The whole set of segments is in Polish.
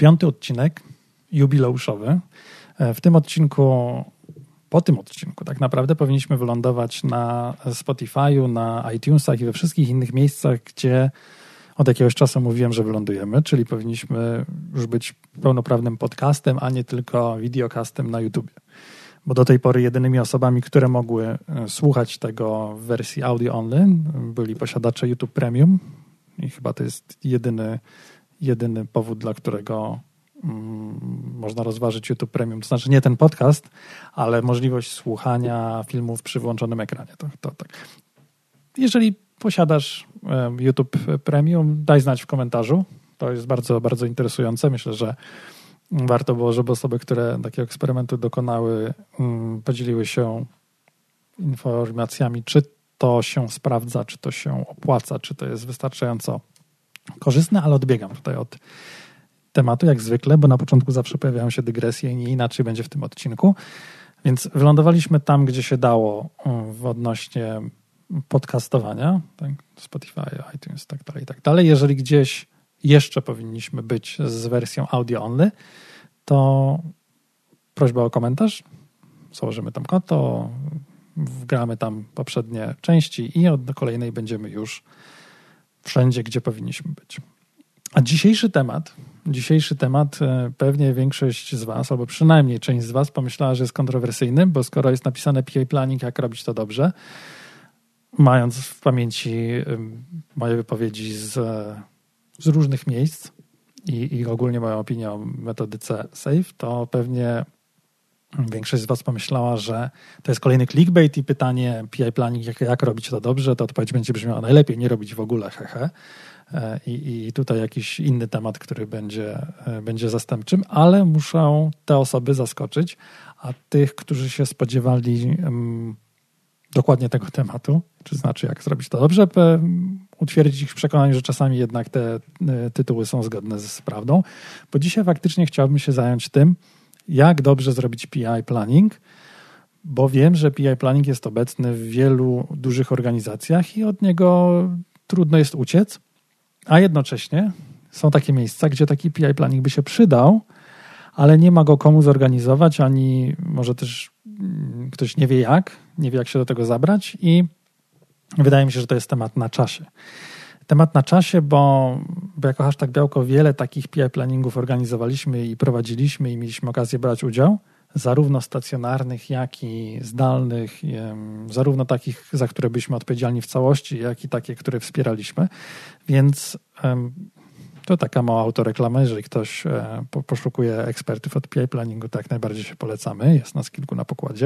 5. odcinek jubileuszowy. W tym odcinku, po tym odcinku tak naprawdę powinniśmy wylądować na Spotify'u, na iTunesach i we wszystkich innych miejscach, gdzie od jakiegoś czasu mówiłem, że wylądujemy, czyli powinniśmy już być pełnoprawnym podcastem, a nie tylko videocastem na YouTubie. Bo do tej pory jedynymi osobami, które mogły słuchać tego w wersji audio only, byli posiadacze YouTube Premium i chyba to jest jedyny powód, dla którego można rozważyć YouTube Premium. To znaczy nie ten podcast, ale możliwość słuchania filmów przy włączonym ekranie. To tak. Jeżeli posiadasz YouTube Premium, daj znać w komentarzu. To jest bardzo, bardzo interesujące. Myślę, że warto było, żeby osoby, które takiego eksperymentu dokonały, podzieliły się informacjami, czy to się sprawdza, czy to się opłaca, czy to jest wystarczająco korzystne, ale odbiegam tutaj od tematu, jak zwykle, bo na początku zawsze pojawiają się dygresje i nie inaczej będzie w tym odcinku. Więc wylądowaliśmy tam, gdzie się dało odnośnie podcastowania, tak? Spotify, iTunes, tak dalej. Jeżeli gdzieś jeszcze powinniśmy być z wersją audio only, to prośba o komentarz, założymy tam konto, wgramy tam poprzednie części i od kolejnej będziemy już wszędzie, gdzie powinniśmy być. A dzisiejszy temat pewnie większość z was, albo przynajmniej część z was pomyślała, że jest kontrowersyjny, bo skoro jest napisane PA Planning, jak robić to dobrze, mając w pamięci moje wypowiedzi z różnych miejsc i ogólnie moją opinię o metodyce SAFe, to pewnie większość z was pomyślała, że to jest kolejny clickbait i pytanie PI Planning, jak robić to dobrze, to odpowiedź będzie brzmiała najlepiej nie robić w ogóle, hehe. I tutaj jakiś inny temat, który będzie zastępczym, ale muszą te osoby zaskoczyć, a tych, którzy się spodziewali dokładnie tego tematu, czy znaczy jak zrobić to dobrze, utwierdzić ich w przekonaniu, że czasami jednak te tytuły są zgodne z prawdą, bo dzisiaj faktycznie chciałbym się zająć tym, jak dobrze zrobić PI Planning, bo wiem, że PI Planning jest obecny w wielu dużych organizacjach i od niego trudno jest uciec, a jednocześnie są takie miejsca, gdzie taki PI Planning by się przydał, ale nie ma go komu zorganizować, ani może też ktoś nie wie jak się do tego zabrać i wydaje mi się, że to jest temat na czasie. Temat na czasie, bo jako Hashtag Białko wiele takich PI Planningów organizowaliśmy i prowadziliśmy i mieliśmy okazję brać udział, zarówno stacjonarnych, jak i zdalnych, zarówno takich, za które byliśmy odpowiedzialni w całości, jak i takie, które wspieraliśmy. Więc to taka mała autoreklama, jeżeli ktoś poszukuje ekspertów od PI Planningu, to jak najbardziej się polecamy. Jest nas kilku na pokładzie.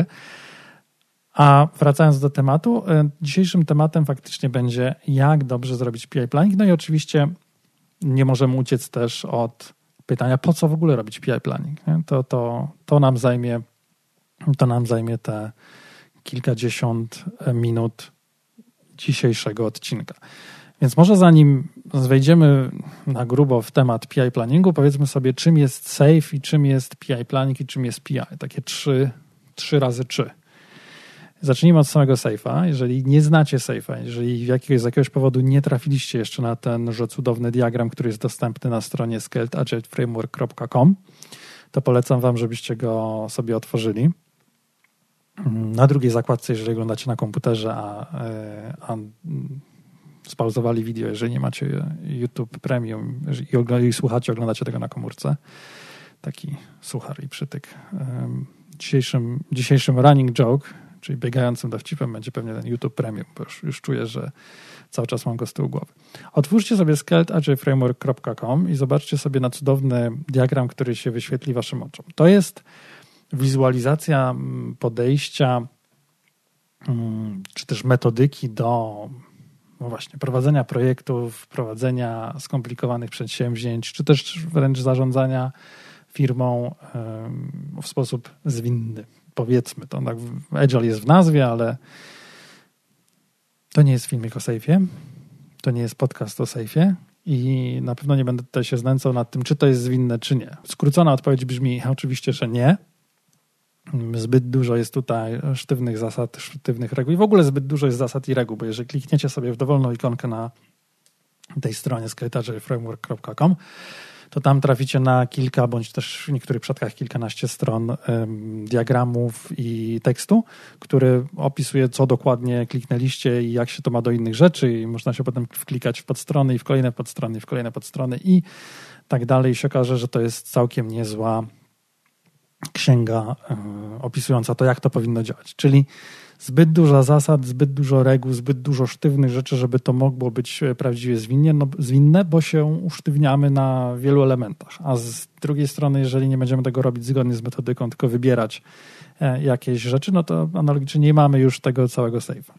A wracając do tematu, dzisiejszym tematem faktycznie będzie, jak dobrze zrobić PI Planning. No i oczywiście nie możemy uciec też od pytania, po co w ogóle robić PI Planning. To nam zajmie te kilkadziesiąt minut dzisiejszego odcinka. Więc może zanim wejdziemy na grubo w temat PI Planningu, powiedzmy sobie, czym jest SAFe i czym jest PI Planning i czym jest PI. Takie trzy razy trzy. Zacznijmy od samego SAFe'a. Jeżeli nie znacie SAFe'a, jeżeli z jakiegoś powodu nie trafiliście jeszcze na tenże cudowny diagram, który jest dostępny na stronie scaledagileteframework.com, to polecam wam, żebyście go sobie otworzyli. Na drugiej zakładce, jeżeli oglądacie na komputerze, a spauzowali wideo, jeżeli nie macie YouTube Premium i słuchacie, oglądacie tego na komórce. Taki suchar i przytyk. Dzisiejszym running joke, czyli biegającym dowcipem, będzie pewnie ten YouTube Premium, bo już czuję, że cały czas mam go z tyłu głowy. Otwórzcie sobie scaledagileteframework.com i zobaczcie sobie na cudowny diagram, który się wyświetli waszym oczom. To jest wizualizacja podejścia czy też metodyki do prowadzenia projektów, prowadzenia skomplikowanych przedsięwzięć, czy też wręcz zarządzania firmą w sposób zwinny. Powiedzmy to. Tak, Agile jest w nazwie, ale to nie jest filmik o SAFe'ie, to nie jest podcast o SAFe'ie i na pewno nie będę tutaj się znęcał nad tym, czy to jest zwinne, czy nie. Skrócona odpowiedź brzmi oczywiście, że nie. Zbyt dużo jest tutaj sztywnych zasad, sztywnych reguł i w ogóle zbyt dużo jest zasad i reguł, bo jeżeli klikniecie sobie w dowolną ikonkę na tej stronie scaledagileteframework.com, to tam traficie na kilka, bądź też w niektórych przypadkach kilkanaście stron diagramów i tekstu, który opisuje, co dokładnie kliknęliście i jak się to ma do innych rzeczy i można się potem wklikać w podstrony i w kolejne podstrony i w kolejne podstrony i tak dalej. I się okaże, że to jest całkiem niezła księga opisująca to, jak to powinno działać. Czyli zbyt dużo zasad, zbyt dużo reguł, zbyt dużo sztywnych rzeczy, żeby to mogło być prawdziwie zwinne, bo się usztywniamy na wielu elementach. A z drugiej strony, jeżeli nie będziemy tego robić zgodnie z metodyką, tylko wybierać jakieś rzeczy, no to analogicznie nie mamy już tego całego safe'a.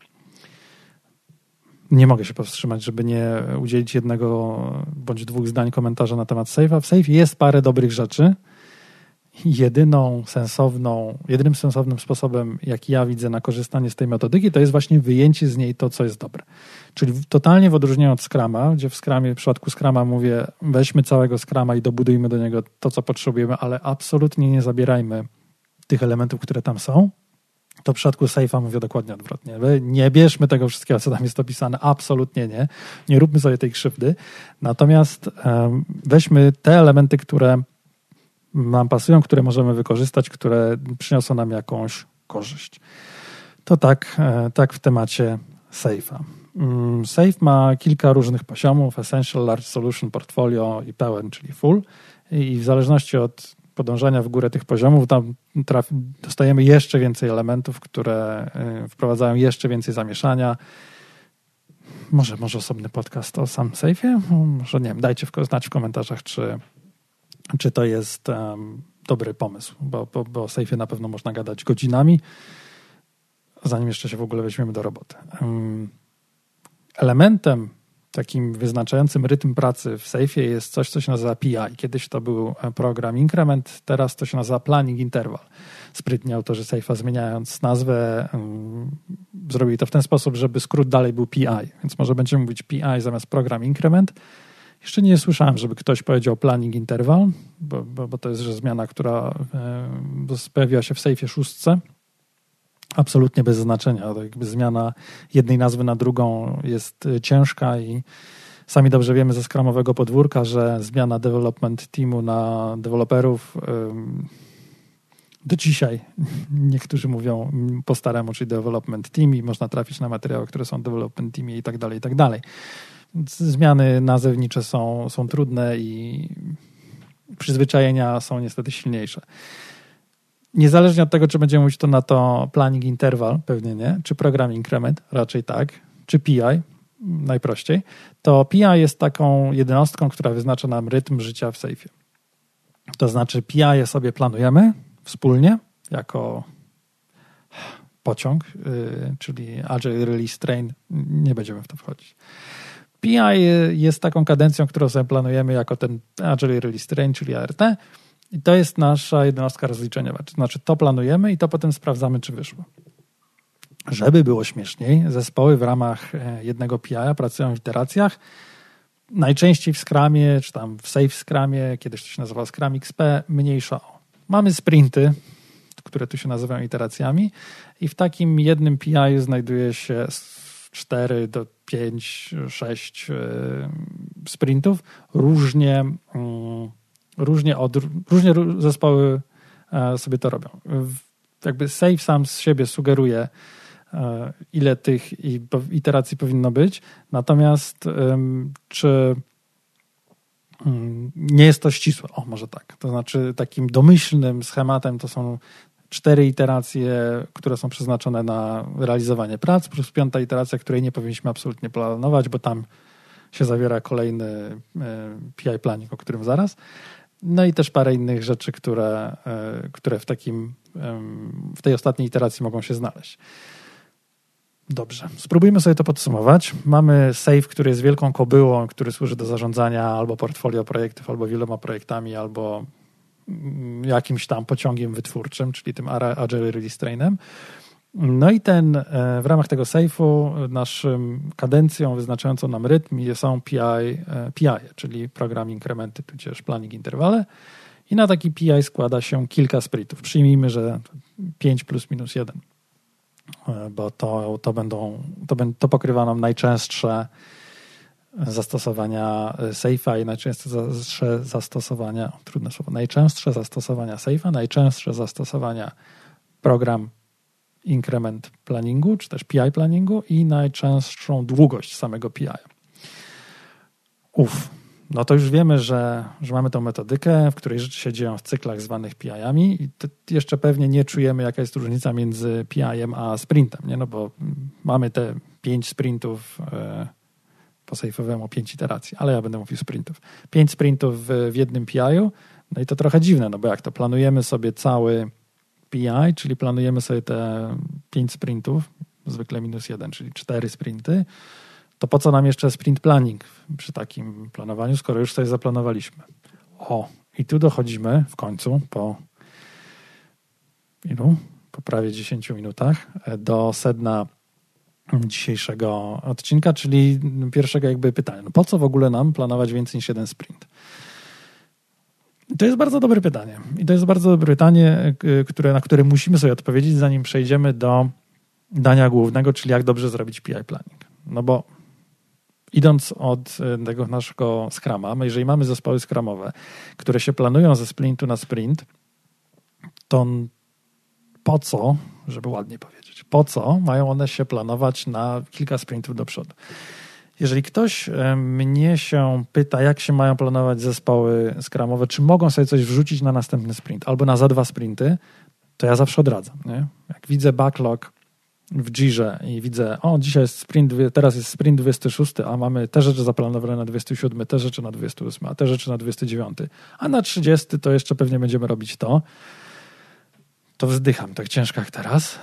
Nie mogę się powstrzymać, żeby nie udzielić jednego bądź dwóch zdań komentarza na temat safe'a. W safe'ie jest parę dobrych rzeczy. Jedynym sensownym sposobem, jaki ja widzę na korzystanie z tej metodyki, to jest właśnie wyjęcie z niej to, co jest dobre. Czyli totalnie w odróżnieniu od Scruma, gdzie w przypadku Scruma mówię, weźmy całego Scruma i dobudujmy do niego to, co potrzebujemy, ale absolutnie nie zabierajmy tych elementów, które tam są. To w przypadku safe'a mówię dokładnie odwrotnie. Nie bierzmy tego wszystkiego, co tam jest opisane. Absolutnie nie. Nie róbmy sobie tej krzywdy. Natomiast weźmy te elementy, które nam pasują, które możemy wykorzystać, które przyniosą nam jakąś korzyść. To tak w temacie safe'a. Safe ma kilka różnych poziomów. Essential, Large Solution, Portfolio i pełen, czyli full. I w zależności od podążania w górę tych poziomów tam dostajemy jeszcze więcej elementów, które wprowadzają jeszcze więcej zamieszania. Może osobny podcast o sam safe'ie? Może nie wiem, dajcie znać w komentarzach, czy to jest dobry pomysł, bo o safe'ie na pewno można gadać godzinami, zanim jeszcze się w ogóle weźmiemy do roboty. Elementem takim wyznaczającym rytm pracy w safe'ie jest coś, co się nazywa PI. Kiedyś to był program Increment, teraz to się nazywa Planning Interval. Sprytnie autorzy safe'a, zmieniając nazwę, zrobili to w ten sposób, żeby skrót dalej był PI, więc może będziemy mówić PI zamiast program Increment. Jeszcze nie słyszałem, żeby ktoś powiedział planning interval, bo to jest zmiana, która pojawiła się w safe'ie 6. Absolutnie bez znaczenia. To jakby zmiana jednej nazwy na drugą jest ciężka i sami dobrze wiemy ze scrumowego podwórka, że zmiana development teamu na deweloperów do dzisiaj niektórzy mówią po staremu, czyli development team i można trafić na materiały, które są development teamie i tak dalej, i tak dalej. Zmiany nazewnicze są trudne i przyzwyczajenia są niestety silniejsze. Niezależnie od tego, czy będziemy mówić to na to planning interval, pewnie nie, czy program increment, raczej tak, czy PI, najprościej, to PI jest taką jednostką, która wyznacza nam rytm życia w safe'ie. To znaczy PI sobie planujemy wspólnie jako pociąg, czyli Agile Release Train, nie będziemy w to wchodzić. PI jest taką kadencją, którą sobie planujemy jako ten Agile Release Train, czyli ART, i to jest nasza jednostka rozliczeniowa. To znaczy to planujemy i to potem sprawdzamy, czy wyszło. Żeby było śmieszniej, zespoły w ramach jednego PI pracują w iteracjach. Najczęściej w Scrumie, czy tam w Safe Scrumie, kiedyś to się nazywało Scrum XP, mniejsza o. Mamy sprinty, które tu się nazywają iteracjami i w takim jednym PI znajduje się 4 do 5, 6 sprintów. Różnie zespoły sobie to robią. Jakby Safe sam z siebie sugeruje, ile tych iteracji powinno być, natomiast czy nie jest to ścisłe. Może tak. To znaczy takim domyślnym schematem to są 4 iteracje, które są przeznaczone na realizowanie prac, plus 5 iteracja, której nie powinniśmy absolutnie planować, bo tam się zawiera kolejny PI planning, o którym zaraz. No i też parę innych rzeczy, które w tej ostatniej iteracji mogą się znaleźć. Dobrze, spróbujmy sobie to podsumować. Mamy Safe, który jest wielką kobyłą, który służy do zarządzania albo portfolio projektów, albo wieloma projektami, albo jakimś tam pociągiem wytwórczym, czyli tym Agile Release Trainem. No i w ramach tego Safe'u naszym kadencją wyznaczającą nam rytm są PI, czyli program inkrementy, tudzież planning interwale. I na taki PI składa się kilka sprintów. Przyjmijmy, że 5 plus minus 1, bo to pokrywa nam najczęstsze zastosowania Safe'a i najczęstsze zastosowania, trudne słowo, najczęstsze zastosowania Safe'a, najczęstsze zastosowania program increment planningu, czy też PI planningu i najczęstszą długość samego PI. No to już wiemy, że mamy tą metodykę, w której rzeczy się dzieją w cyklach zwanych PI-ami i jeszcze pewnie nie czujemy, jaka jest różnica między PI-em a sprintem, nie? No bo mamy te 5 sprintów po sejfowemu 5 iteracji, ale ja będę mówił sprintów. 5 sprintów w jednym PI-u, no i to trochę dziwne, no bo jak to planujemy sobie cały PI, czyli planujemy sobie te 5 sprintów, zwykle -1, czyli 4 sprinty, to po co nam jeszcze sprint planning przy takim planowaniu, skoro już sobie zaplanowaliśmy? I tu dochodzimy w końcu po prawie 10 minutach do sedna dzisiejszego odcinka, czyli pierwszego jakby pytania. No po co w ogóle nam planować więcej niż jeden sprint? To jest bardzo dobre pytanie. I to jest bardzo dobre pytanie, na które musimy sobie odpowiedzieć, zanim przejdziemy do dania głównego, czyli jak dobrze zrobić PI planning. No bo idąc od tego naszego Scruma, jeżeli mamy zespoły Scrumowe, które się planują ze sprintu na sprint, to po co, żeby ładnie powiedzieć, po co mają one się planować na kilka sprintów do przodu? Jeżeli ktoś mnie się pyta, jak się mają planować zespoły Scrumowe, czy mogą sobie coś wrzucić na następny sprint albo na za 2 sprinty, to ja zawsze odradzam. Nie? Jak widzę backlog w Jirze i widzę, dzisiaj jest sprint, teraz jest sprint 26, a mamy te rzeczy zaplanowane na 27, te rzeczy na 28, a te rzeczy na 29, a na 30 to jeszcze pewnie będziemy robić to wzdycham tak ciężko jak teraz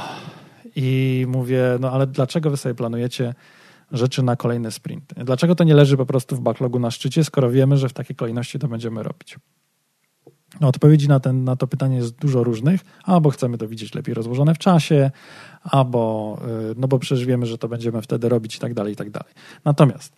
i mówię, no ale dlaczego wy sobie planujecie rzeczy na kolejne sprinty? Dlaczego to nie leży po prostu w backlogu na szczycie, skoro wiemy, że w takiej kolejności to będziemy robić? Odpowiedzi na to pytanie jest dużo różnych, albo chcemy to widzieć lepiej rozłożone w czasie, albo bo przecież wiemy, że to będziemy wtedy robić i tak dalej, i tak dalej. Natomiast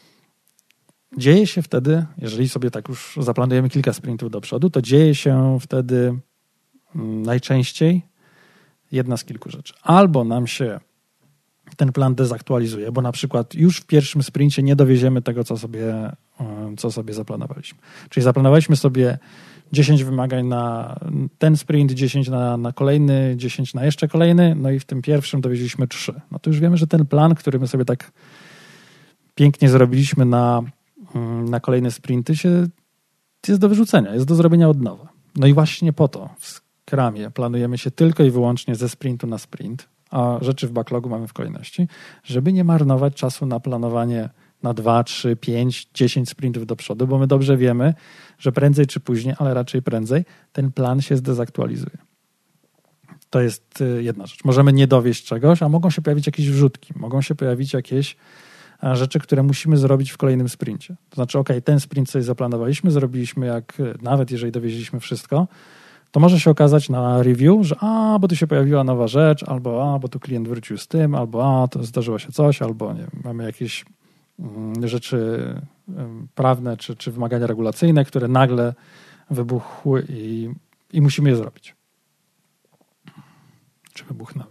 dzieje się wtedy, jeżeli sobie tak już zaplanujemy kilka sprintów do przodu, to dzieje się wtedy najczęściej jedna z kilku rzeczy. Albo nam się ten plan dezaktualizuje, bo na przykład już w pierwszym sprincie nie dowieziemy tego, co sobie zaplanowaliśmy. Czyli zaplanowaliśmy sobie 10 wymagań na ten sprint, 10 na kolejny, 10 na jeszcze kolejny, no i w tym pierwszym dowieźliśmy 3. No to już wiemy, że ten plan, który my sobie tak pięknie zrobiliśmy na kolejne sprinty, jest do wyrzucenia, jest do zrobienia od nowa. No i właśnie po to w Scrumie planujemy się tylko i wyłącznie ze sprintu na sprint, a rzeczy w backlogu mamy w kolejności, żeby nie marnować czasu na planowanie na 2, 3, 5, 10 sprintów do przodu, bo my dobrze wiemy, że prędzej czy później, ale raczej prędzej, ten plan się zdezaktualizuje. To jest jedna rzecz. Możemy nie dowieść czegoś, a mogą się pojawić jakieś wrzutki, mogą się pojawić jakieś rzeczy, które musimy zrobić w kolejnym sprincie. To znaczy, ten sprint sobie zaplanowaliśmy, zrobiliśmy nawet jeżeli dowieźliśmy wszystko, to może się okazać na review, że bo tu się pojawiła nowa rzecz, albo bo tu klient wrócił z tym, albo to zdarzyło się coś, albo nie wiem, mamy jakieś rzeczy prawne czy wymagania regulacyjne, które nagle wybuchły i musimy je zrobić. Czy wybuchnęły?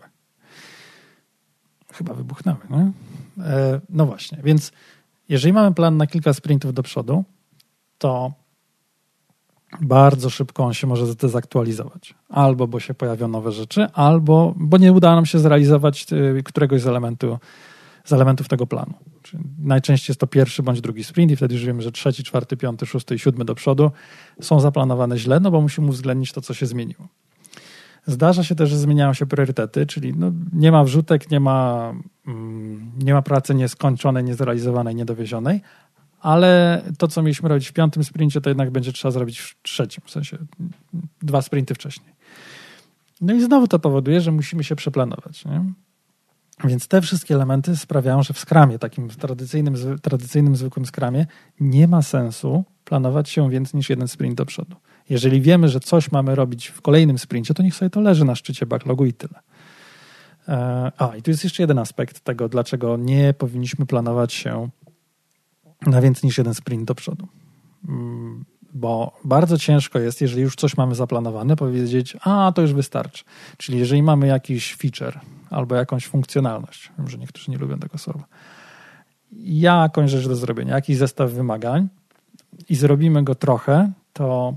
Chyba wybuchnęły, nie? No właśnie, więc jeżeli mamy plan na kilka sprintów do przodu, to bardzo szybko on się może zdezaktualizować. Albo bo się pojawią nowe rzeczy, albo bo nie uda nam się zrealizować któregoś z elementów tego planu. Czyli najczęściej jest to pierwszy bądź drugi sprint i wtedy już wiemy, że 3., 4., 5., 6. i 7. do przodu są zaplanowane źle, bo musimy uwzględnić to, co się zmieniło. Zdarza się też, że zmieniają się priorytety, czyli nie ma wrzutek, nie ma pracy nieskończonej, niezrealizowanej, niedowiezionej, ale to, co mieliśmy robić w 5. sprincie, to jednak będzie trzeba zrobić w 3., w sensie 2 sprinty wcześniej. No i znowu to powoduje, że musimy się przeplanować. Nie? Więc te wszystkie elementy sprawiają, że w Scrumie, takim tradycyjnym, zwykłym Scrumie, nie ma sensu planować się więcej niż jeden sprint do przodu. Jeżeli wiemy, że coś mamy robić w kolejnym sprincie, to niech sobie to leży na szczycie backlogu i tyle. I tu jest jeszcze jeden aspekt tego, dlaczego nie powinniśmy planować się na więcej niż jeden sprint do przodu. Bo bardzo ciężko jest, jeżeli już coś mamy zaplanowane, powiedzieć, to już wystarczy. Czyli jeżeli mamy jakiś feature albo jakąś funkcjonalność, wiem, że niektórzy nie lubią tego słowa, jakąś rzecz do zrobienia, jakiś zestaw wymagań i zrobimy go trochę, to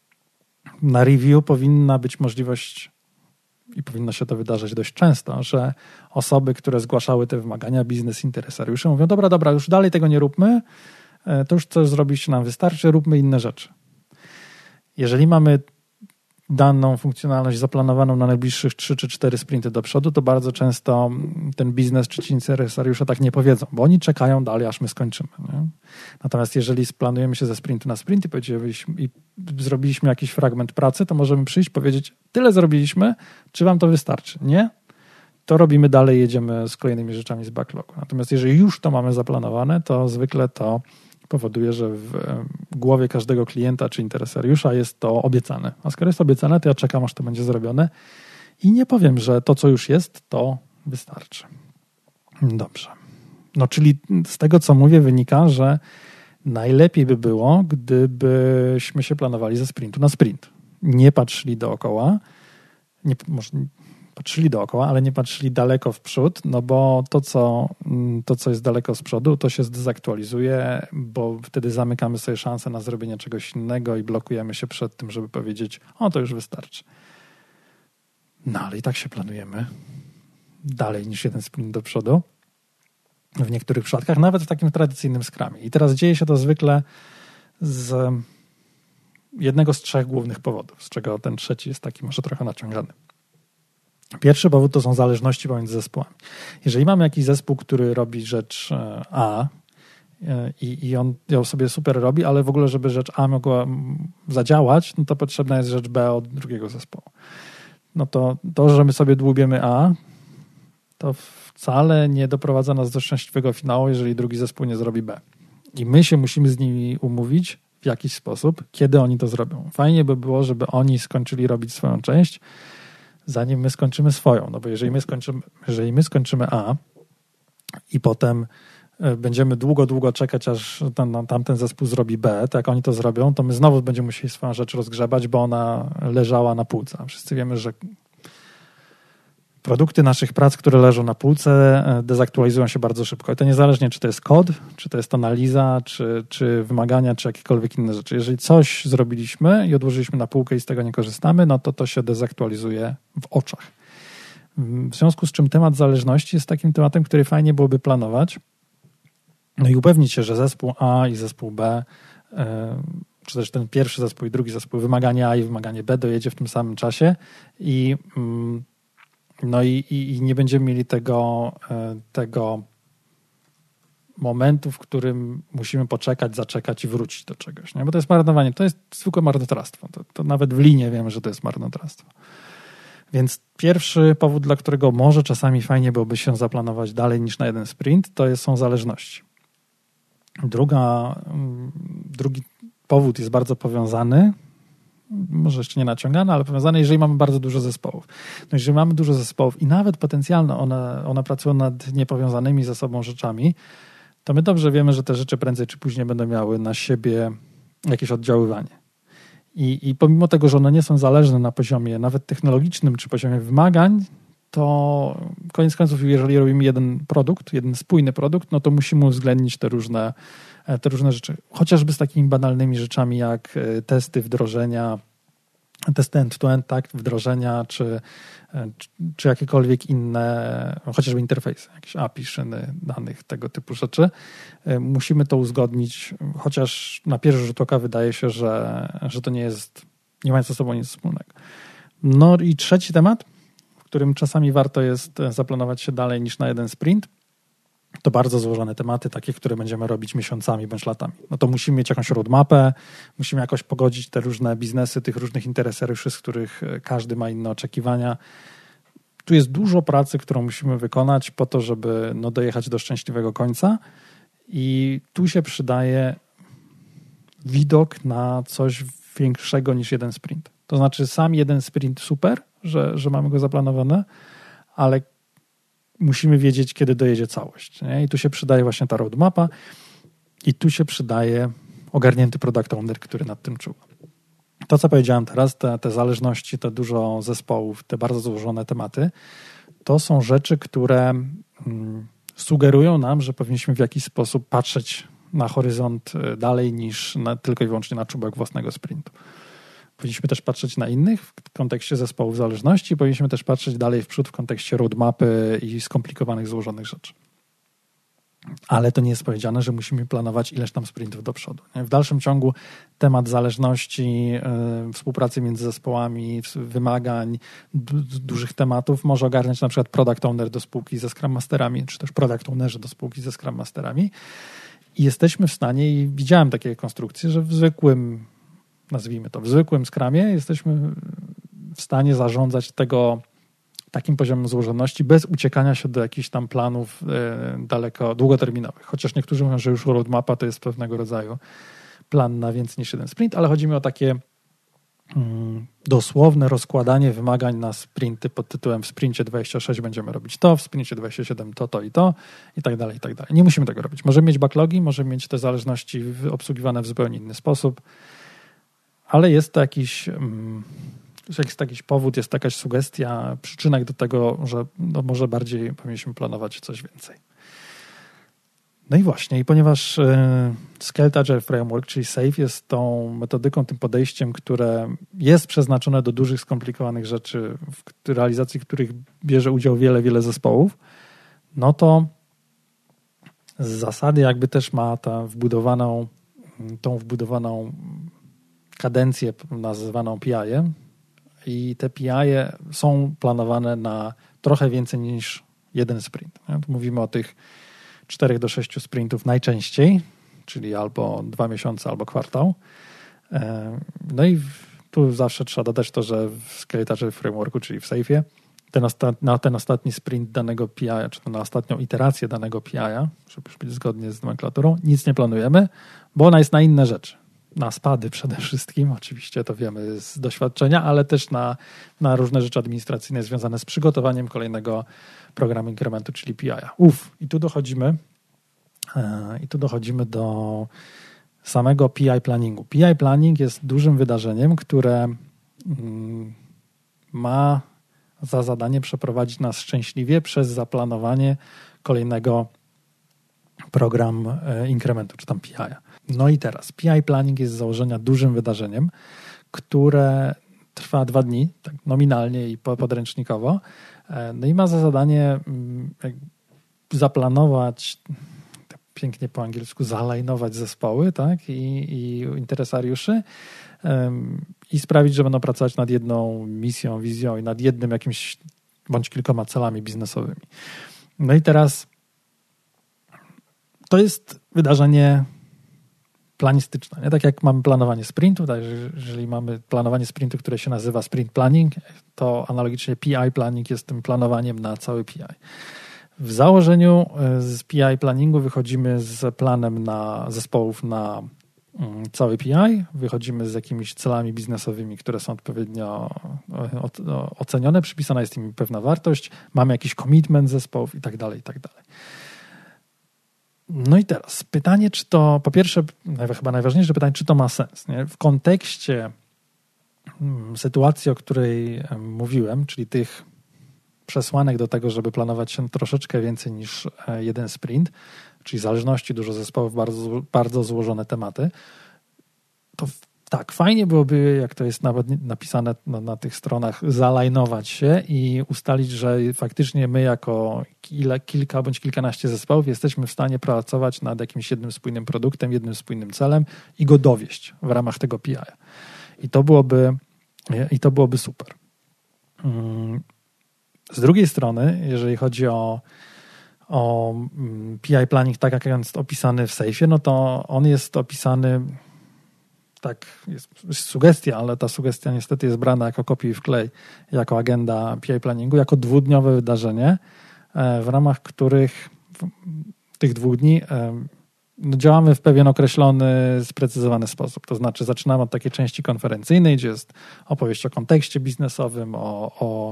na review powinna być możliwość i powinno się to wydarzać dość często, że osoby, które zgłaszały te wymagania, biznes, interesariusze mówią, dobra, już dalej tego nie róbmy, to już coś zrobić nam wystarczy, róbmy inne rzeczy. Jeżeli mamy daną funkcjonalność zaplanowaną na najbliższych 3 czy 4 sprinty do przodu, to bardzo często ten biznes czy ci interesariusze tak nie powiedzą, bo oni czekają dalej, aż my skończymy. Nie? Natomiast jeżeli splanujemy się ze sprintu na sprint i zrobiliśmy jakiś fragment pracy, to możemy przyjść, powiedzieć, tyle zrobiliśmy, czy wam to wystarczy? Nie? To robimy dalej, jedziemy z kolejnymi rzeczami z backlogu. Natomiast jeżeli już to mamy zaplanowane, to zwykle to powoduje, że w głowie każdego klienta czy interesariusza jest to obiecane. A skoro jest obiecane, to ja czekam, aż to będzie zrobione i nie powiem, że to, co już jest, to wystarczy. Dobrze. No, czyli z tego, co mówię, wynika, że najlepiej by było, gdybyśmy się planowali ze sprintu na sprint. Nie patrzyli dookoła, patrzyli dookoła, ale nie patrzyli daleko w przód, no bo to, co jest daleko z przodu, to się zdezaktualizuje, bo wtedy zamykamy sobie szansę na zrobienie czegoś innego i blokujemy się przed tym, żeby powiedzieć, to już wystarczy. No ale i tak się planujemy dalej niż jeden sprint do przodu. W niektórych przypadkach, nawet w takim tradycyjnym Scrumie. I teraz dzieje się to zwykle z jednego z 3 głównych powodów, z czego ten trzeci jest taki może trochę naciągany. Pierwszy powód to są zależności pomiędzy zespołami. Jeżeli mamy jakiś zespół, który robi rzecz A i on ją sobie super robi, ale w ogóle, żeby rzecz A mogła zadziałać, no to potrzebna jest rzecz B od drugiego zespołu. No to, że my sobie dłubiemy A, to wcale nie doprowadza nas do szczęśliwego finału, jeżeli drugi zespół nie zrobi B. I my się musimy z nimi umówić w jakiś sposób, kiedy oni to zrobią. Fajnie by było, żeby oni skończyli robić swoją część, zanim my skończymy swoją. No bo jeżeli my skończymy A i potem będziemy długo czekać, aż tamten zespół zrobi B, to jak oni to zrobią, to my znowu będziemy musieli swoją rzecz rozgrzebać, bo ona leżała na półce. Wszyscy wiemy, że produkty naszych prac, które leżą na półce, dezaktualizują się bardzo szybko. I to niezależnie, czy to jest kod, czy to jest analiza, czy wymagania, czy jakiekolwiek inne rzeczy. Jeżeli coś zrobiliśmy i odłożyliśmy na półkę i z tego nie korzystamy, no to się dezaktualizuje w oczach. W związku z czym temat zależności jest takim tematem, który fajnie byłoby planować. No i upewnić się, że zespół A i zespół B, czy też ten pierwszy zespół i drugi zespół, wymaganie A i wymaganie B dojedzie w tym samym czasie i nie będziemy mieli tego momentu, w którym musimy poczekać, zaczekać i wrócić do czegoś. Nie? Bo to jest marnowanie, to jest zwykłe marnotrawstwo. To nawet w linie wiemy, że to jest marnotrawstwo. Więc pierwszy powód, dla którego może czasami fajnie byłoby się zaplanować dalej niż na jeden sprint, są zależności. Drugi powód jest bardzo powiązany, może jeszcze nie naciągane, ale powiązane, jeżeli mamy bardzo dużo zespołów. No jeżeli mamy dużo zespołów i nawet potencjalnie one pracują nad niepowiązanymi ze sobą rzeczami, to my dobrze wiemy, że te rzeczy prędzej czy później będą miały na siebie jakieś oddziaływanie. I pomimo tego, że one nie są zależne na poziomie nawet technologicznym czy poziomie wymagań, to koniec końców, jeżeli robimy jeden spójny produkt, no to musimy uwzględnić te różne rzeczy. Chociażby z takimi banalnymi rzeczami jak testy wdrożenia, testy end-to-end, tak, wdrożenia, czy jakiekolwiek inne, chociażby interfejsy, jakieś API, szyny danych, tego typu rzeczy. Musimy to uzgodnić, chociaż na pierwszy rzut oka wydaje się, że to nie ma ze sobą nic wspólnego. No i trzeci temat, w którym czasami warto jest zaplanować się dalej niż na jeden sprint, to bardzo złożone tematy, takie, które będziemy robić miesiącami bądź latami. No to musimy mieć jakąś roadmapę, musimy jakoś pogodzić te różne biznesy, tych różnych interesariuszy, z których każdy ma inne oczekiwania. Tu jest dużo pracy, którą musimy wykonać po to, żeby dojechać do szczęśliwego końca i tu się przydaje widok na coś większego niż jeden sprint. To znaczy sam jeden sprint super, że mamy go zaplanowane, ale musimy wiedzieć, kiedy dojedzie całość. Nie? I tu się przydaje właśnie ta roadmapa i tu się przydaje ogarnięty product owner, który nad tym czuwa. To, co powiedziałem teraz, te zależności, te dużo zespołów, te bardzo złożone tematy, to są rzeczy, które sugerują nam, że powinniśmy w jakiś sposób patrzeć na horyzont dalej niż tylko i wyłącznie na czubek własnego sprintu. Powinniśmy też patrzeć na innych w kontekście zespołów zależności, powinniśmy też patrzeć dalej w przód w kontekście roadmapy i skomplikowanych, złożonych rzeczy. Ale to nie jest powiedziane, że musimy planować ileś tam sprintów do przodu. W dalszym ciągu temat zależności, współpracy między zespołami, wymagań, dużych tematów może ogarniać na przykład product owner do spółki ze Scrum Masterami, czy też product ownerzy do spółki ze Scrum Masterami. I jesteśmy w stanie, i widziałem takie konstrukcje, że w zwykłym, nazwijmy to, w zwykłym Scrumie jesteśmy w stanie zarządzać tego takim poziomem złożoności bez uciekania się do jakichś tam planów długoterminowych. Chociaż niektórzy mówią, że już roadmapa to jest pewnego rodzaju plan na więcej niż jeden sprint, ale chodzi mi o takie dosłowne rozkładanie wymagań na sprinty pod tytułem w sprincie 26 będziemy robić to, w sprincie 27 to i tak dalej, i tak dalej. Nie musimy tego robić. Możemy mieć backlogi, możemy mieć te zależności obsługiwane w zupełnie inny sposób, ale jest to jakiś powód, jest jakaś sugestia, przyczynek do tego, że może bardziej powinniśmy planować coś więcej. No i właśnie, i ponieważ Scaled Agile Framework, czyli SAFe, jest tą metodyką, tym podejściem, które jest przeznaczone do dużych, skomplikowanych rzeczy, w realizacji których bierze udział wiele zespołów, no to z zasady jakby też ma tą wbudowaną kadencję nazywaną PI-em i te PI-e są planowane na trochę więcej niż jeden sprint. Mówimy o tych 4 do 6 sprintów najczęściej, czyli albo 2 miesiące, albo kwartał. No i tu zawsze trzeba dodać to, że w Scaled Agile Frameworku, czyli w SAFe, na ten ostatni sprint danego PI, czy to na ostatnią iterację danego PI, żeby już być zgodnie z nomenklaturą, nic nie planujemy, bo ona jest na inne rzeczy. Na spady przede wszystkim, oczywiście to wiemy z doświadczenia, ale też na różne rzeczy administracyjne związane z przygotowaniem kolejnego programu inkrementu, czyli PI-a. I tu dochodzimy do samego PI planningu. PI planning jest dużym wydarzeniem, które ma za zadanie przeprowadzić nas szczęśliwie przez zaplanowanie kolejnego programu inkrementu, czy tam PI-a. No i teraz PI planning jest z założenia dużym wydarzeniem, które trwa 2 dni, tak nominalnie i podręcznikowo. No i ma za zadanie zaplanować, tak pięknie po angielsku, zalajnować zespoły, tak, i interesariuszy i sprawić, że będą pracować nad jedną misją, wizją i nad jednym jakimś bądź kilkoma celami biznesowymi. No i teraz to jest wydarzenie planistyczne. Nie? Tak jak mamy planowanie sprintu, tak, jeżeli mamy planowanie sprintu, które się nazywa sprint planning, to analogicznie PI planning jest tym planowaniem na cały PI. W założeniu z PI planningu wychodzimy z planem zespołów na cały PI, wychodzimy z jakimiś celami biznesowymi, które są odpowiednio ocenione, przypisana jest im pewna wartość, mamy jakiś commitment zespołów i tak dalej, i tak dalej. No i teraz pytanie, czy to, po pierwsze, chyba najważniejsze pytanie, czy to ma sens. Nie? W kontekście sytuacji, o której mówiłem, czyli tych przesłanek do tego, żeby planować się troszeczkę więcej niż jeden sprint, czyli zależności, dużo zespołów, bardzo, bardzo złożone tematy, to tak, fajnie byłoby, jak to jest nawet napisane na tych stronach, zalajnować się i ustalić, że faktycznie my jako kilka bądź kilkanaście zespołów jesteśmy w stanie pracować nad jakimś jednym spójnym produktem, jednym spójnym celem i go dowieść w ramach tego PI. I to byłoby super. Z drugiej strony, jeżeli chodzi o PI planning, tak jak jest opisany w SAFe, no to on jest opisany, tak, jest sugestia, ale ta sugestia niestety jest brana jako kopiuj wklej, jako agenda PI planningu, jako 2-dniowe wydarzenie, w ramach których tych 2 dni działamy w pewien określony, sprecyzowany sposób. To znaczy zaczynamy od takiej części konferencyjnej, gdzie jest opowieść o kontekście biznesowym, o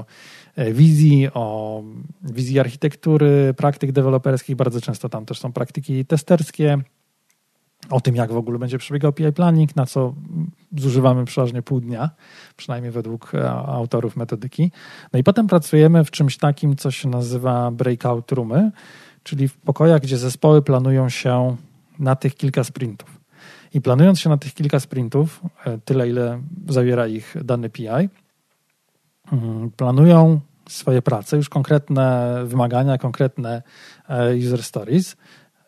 wizji architektury, praktyk deweloperskich. Bardzo często tam też są praktyki testerskie, o tym, jak w ogóle będzie przebiegał PI planning, na co zużywamy przeważnie pół dnia, przynajmniej według autorów metodyki. No i potem pracujemy w czymś takim, co się nazywa breakout roomy, czyli w pokojach, gdzie zespoły planują się na tych kilka sprintów. I planując się na tych kilka sprintów, tyle ile zawiera ich dany PI, planują swoje prace, już konkretne wymagania, konkretne user stories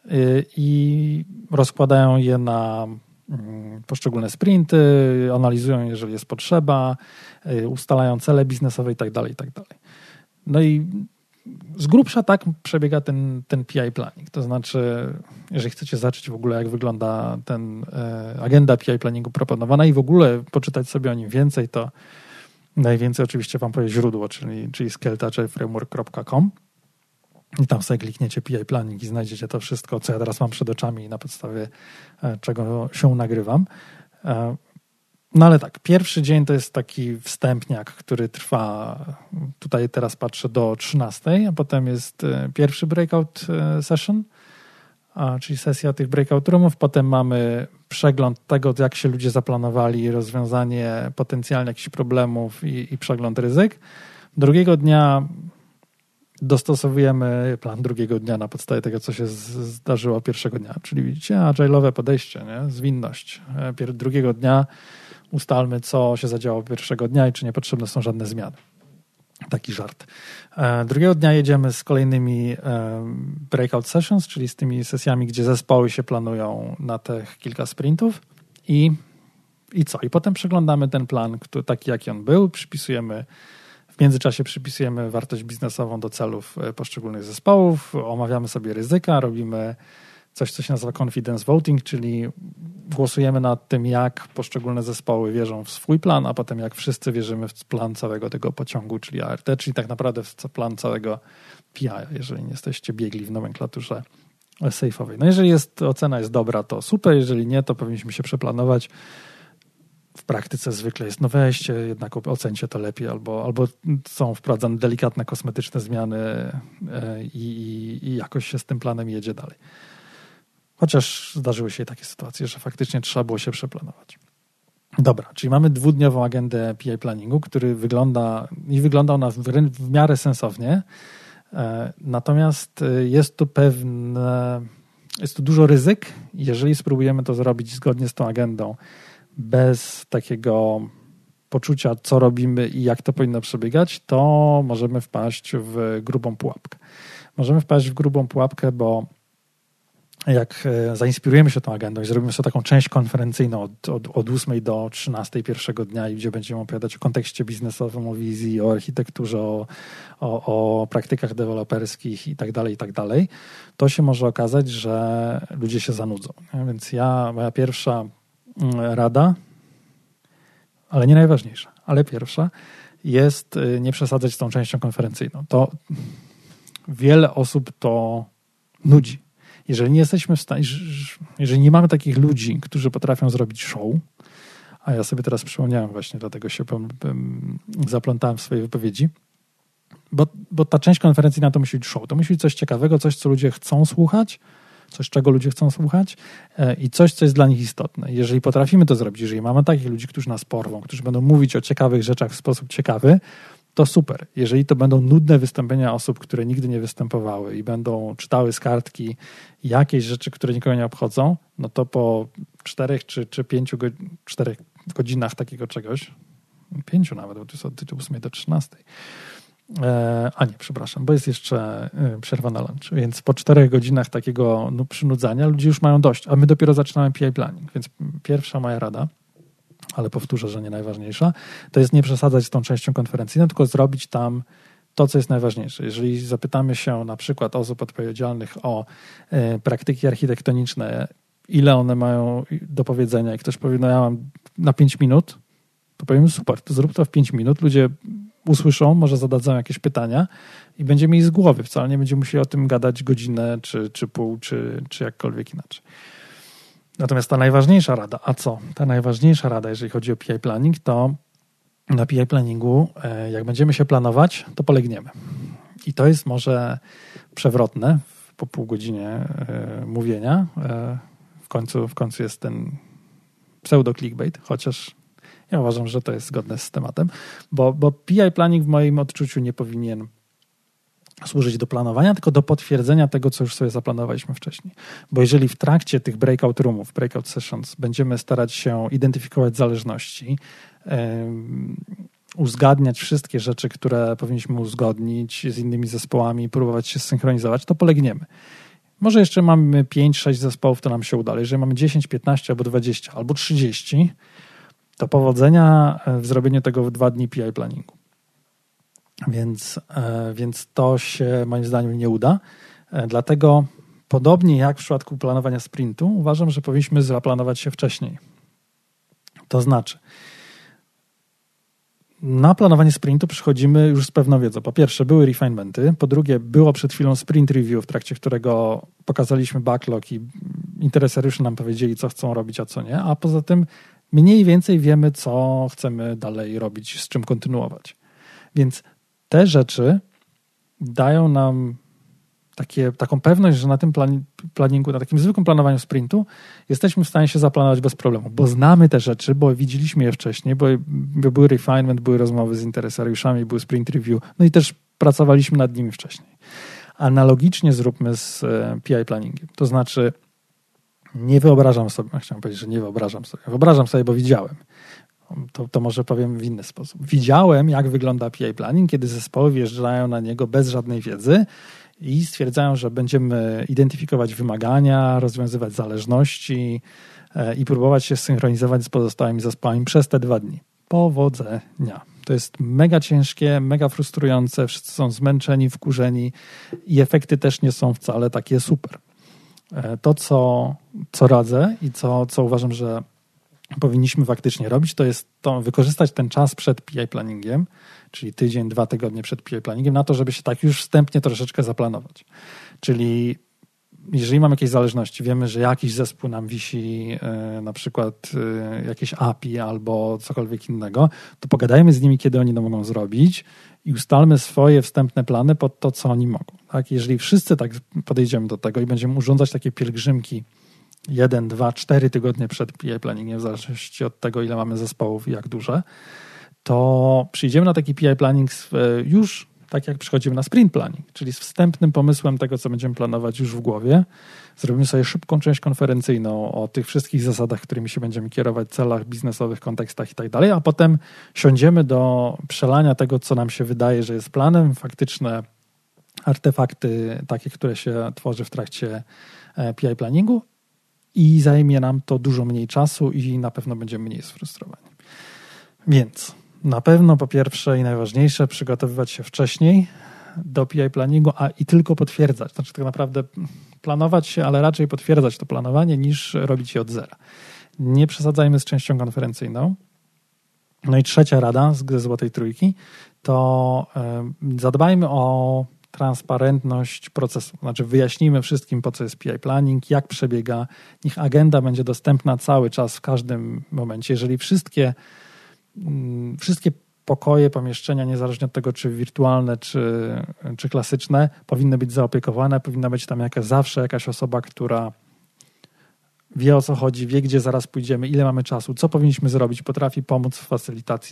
i rozkładają je na poszczególne sprinty, analizują, jeżeli jest potrzeba, ustalają cele biznesowe itd. No i z grubsza tak przebiega ten PI planning. To znaczy, jeżeli chcecie zacząć w ogóle, jak wygląda agenda PI planningu proponowana i w ogóle poczytać sobie o nim więcej, to najwięcej oczywiście wam powie źródło, czyli skeletalframework.com i tam sobie klikniecie PI planning i znajdziecie to wszystko, co ja teraz mam przed oczami i na podstawie czego się nagrywam. No ale tak, pierwszy dzień to jest taki wstępniak, który trwa, tutaj teraz patrzę do 13, a potem jest pierwszy breakout session, czyli sesja tych breakout roomów, potem mamy przegląd tego, jak się ludzie zaplanowali, rozwiązanie potencjalnie jakichś problemów i przegląd ryzyk. Drugiego dnia dostosowujemy plan drugiego dnia na podstawie tego, co się zdarzyło pierwszego dnia, czyli widzicie, agile'owe podejście, nie? Zwinność. Drugiego dnia ustalmy, co się zadziało pierwszego dnia i czy niepotrzebne są żadne zmiany. Taki żart. Drugiego dnia jedziemy z kolejnymi breakout sessions, czyli z tymi sesjami, gdzie zespoły się planują na tych kilka sprintów i co? I potem przeglądamy ten plan taki, jaki on był, w międzyczasie przypisujemy wartość biznesową do celów poszczególnych zespołów, omawiamy sobie ryzyka, robimy coś, co się nazywa confidence voting, czyli głosujemy nad tym, jak poszczególne zespoły wierzą w swój plan, a potem jak wszyscy wierzymy w plan całego tego pociągu, czyli ART, czyli tak naprawdę w plan całego PI, jeżeli nie jesteście biegli w nomenklaturze safe'owej. No jeżeli ocena jest dobra, to super, jeżeli nie, to powinniśmy się przeplanować. W praktyce zwykle jest, no weźcie, jednak ocencie to lepiej, albo są wprowadzane delikatne kosmetyczne zmiany i jakoś się z tym planem jedzie dalej. Chociaż zdarzyły się takie sytuacje, że faktycznie trzeba było się przeplanować. Dobra, czyli mamy dwudniową agendę PI planningu, który wygląda ona w miarę sensownie, natomiast jest tu dużo ryzyk. Jeżeli spróbujemy to zrobić zgodnie z tą agendą, bez takiego poczucia, co robimy i jak to powinno przebiegać, to możemy wpaść w grubą pułapkę. Możemy wpaść w grubą pułapkę, bo jak zainspirujemy się tą agendą i zrobimy sobie taką część konferencyjną od 8 do 13 pierwszego dnia, gdzie będziemy opowiadać o kontekście biznesowym, o wizji, o architekturze, o praktykach deweloperskich i tak dalej, to się może okazać, że ludzie się zanudzą. Więc moja pierwsza rada, ale nie najważniejsza, ale pierwsza jest nie przesadzać z tą częścią konferencyjną. To wiele osób to nudzi. Jeżeli nie jesteśmy w stanie, jeżeli nie mamy takich ludzi, którzy potrafią zrobić show, a ja sobie teraz przypomniałem właśnie, dlatego się zaplątałem w swojej wypowiedzi, bo ta część konferencyjna to musi być show. To musi być coś ciekawego, coś, co ludzie chcą słuchać, coś, czego ludzie chcą słuchać i coś, co jest dla nich istotne. Jeżeli potrafimy to zrobić, jeżeli mamy takich ludzi, którzy nas porwą, którzy będą mówić o ciekawych rzeczach w sposób ciekawy, to super. Jeżeli to będą nudne wystąpienia osób, które nigdy nie występowały i będą czytały z kartki jakieś rzeczy, które nikogo nie obchodzą, no to po 4 czy 5 godzinach takiego czegoś, 5 nawet, bo to jest od 8 do 13. Bo jest jeszcze przerwa na lunch, więc po 4 godzinach takiego przynudzania ludzie już mają dość, a my dopiero zaczynamy PI planning, więc pierwsza moja rada, ale powtórzę, że nie najważniejsza, to jest nie przesadzać z tą częścią konferencyjną, tylko zrobić tam to, co jest najważniejsze. Jeżeli zapytamy się na przykład osób odpowiedzialnych o praktyki architektoniczne, ile one mają do powiedzenia i ktoś powie, no ja mam na 5 minut, to powiemy super, to zrób to w 5 minut, ludzie usłyszą, może zadadzą jakieś pytania i będziemy mieli z głowy, wcale nie będziemy musieli o tym gadać godzinę, czy pół, czy jakkolwiek inaczej. Natomiast ta najważniejsza rada, Ta najważniejsza rada, jeżeli chodzi o PI planning, to na PI planningu, jak będziemy się planować, to polegniemy. I to jest może przewrotne po pół godzinie mówienia. W końcu jest ten pseudo-clickbait, chociaż ja uważam, że to jest zgodne z tematem, bo PI planning w moim odczuciu nie powinien służyć do planowania, tylko do potwierdzenia tego, co już sobie zaplanowaliśmy wcześniej. Bo jeżeli w trakcie tych breakout roomów, breakout sessions będziemy starać się identyfikować zależności, uzgadniać wszystkie rzeczy, które powinniśmy uzgodnić z innymi zespołami, próbować się zsynchronizować, to polegniemy. Może jeszcze mamy 5-6 zespołów, to nam się uda, ale jeżeli mamy 10, 15 albo 20 albo 30, to powodzenia w zrobieniu tego w 2 dni PI planningu. Więc to się moim zdaniem nie uda. Dlatego podobnie jak w przypadku planowania sprintu, uważam, że powinniśmy zaplanować się wcześniej. To znaczy, na planowanie sprintu przychodzimy już z pewną wiedzą. Po pierwsze, były refinementy, po drugie, było przed chwilą sprint review, w trakcie którego pokazaliśmy backlog i interesariusze nam powiedzieli, co chcą robić, a co nie, a poza tym mniej więcej wiemy, co chcemy dalej robić, z czym kontynuować. Więc te rzeczy dają nam taką pewność, że na tym planningu, na takim zwykłym planowaniu sprintu jesteśmy w stanie się zaplanować bez problemu, bo znamy te rzeczy, bo widzieliśmy je wcześniej, bo były refinement, były rozmowy z interesariuszami, były sprint review, no i też pracowaliśmy nad nimi wcześniej. Analogicznie zróbmy z PI planningiem. To znaczy nie wyobrażam sobie, chciałem powiedzieć, że nie wyobrażam sobie. Wyobrażam sobie, bo widziałem. To może powiem w inny sposób. Widziałem, jak wygląda PI planning, kiedy zespoły wjeżdżają na niego bez żadnej wiedzy i stwierdzają, że będziemy identyfikować wymagania, rozwiązywać zależności i próbować się synchronizować z pozostałymi zespołami przez te 2 dni. Powodzenia. To jest mega ciężkie, mega frustrujące, wszyscy są zmęczeni, wkurzeni i efekty też nie są wcale takie super. To, co radzę i co uważam, że powinniśmy faktycznie robić, to jest wykorzystać ten czas przed PI planningiem, czyli tydzień, 2 tygodnie przed PI planningiem, na to, żeby się tak już wstępnie troszeczkę zaplanować. Czyli jeżeli mamy jakieś zależności, wiemy, że jakiś zespół nam wisi, na przykład jakieś API albo cokolwiek innego, to pogadajmy z nimi, kiedy oni to mogą zrobić i ustalmy swoje wstępne plany pod to, co oni mogą. Tak? Jeżeli wszyscy tak podejdziemy do tego i będziemy urządzać takie pielgrzymki 1, 2, 4 tygodnie przed PI planningiem, w zależności od tego, ile mamy zespołów i jak duże, to przyjdziemy na taki PI planning już tak jak przychodzimy na sprint planning, czyli z wstępnym pomysłem tego, co będziemy planować już w głowie. Zrobimy sobie szybką część konferencyjną o tych wszystkich zasadach, którymi się będziemy kierować, celach biznesowych, kontekstach i tak dalej, a potem siądziemy do przelania tego, co nam się wydaje, że jest planem, faktyczne artefakty takie, które się tworzy w trakcie PI planningu i zajmie nam to dużo mniej czasu i na pewno będziemy mniej sfrustrowani. Więc na pewno po pierwsze i najważniejsze przygotowywać się wcześniej do PI planningu, i tylko potwierdzać. Znaczy tak naprawdę planować się, ale raczej potwierdzać to planowanie niż robić je od zera. Nie przesadzajmy z częścią konferencyjną. No i trzecia rada ze Złotej Trójki to zadbajmy o transparentność procesu. Znaczy wyjaśnijmy wszystkim, po co jest PI planning, jak przebiega. Niech agenda będzie dostępna cały czas, w każdym momencie. Jeżeli wszystkie pokoje, pomieszczenia, niezależnie od tego, czy wirtualne, czy klasyczne, powinny być zaopiekowane, powinna być tam zawsze jakaś osoba, która wie, o co chodzi, wie, gdzie zaraz pójdziemy, ile mamy czasu, co powinniśmy zrobić, potrafi pomóc w facylitacji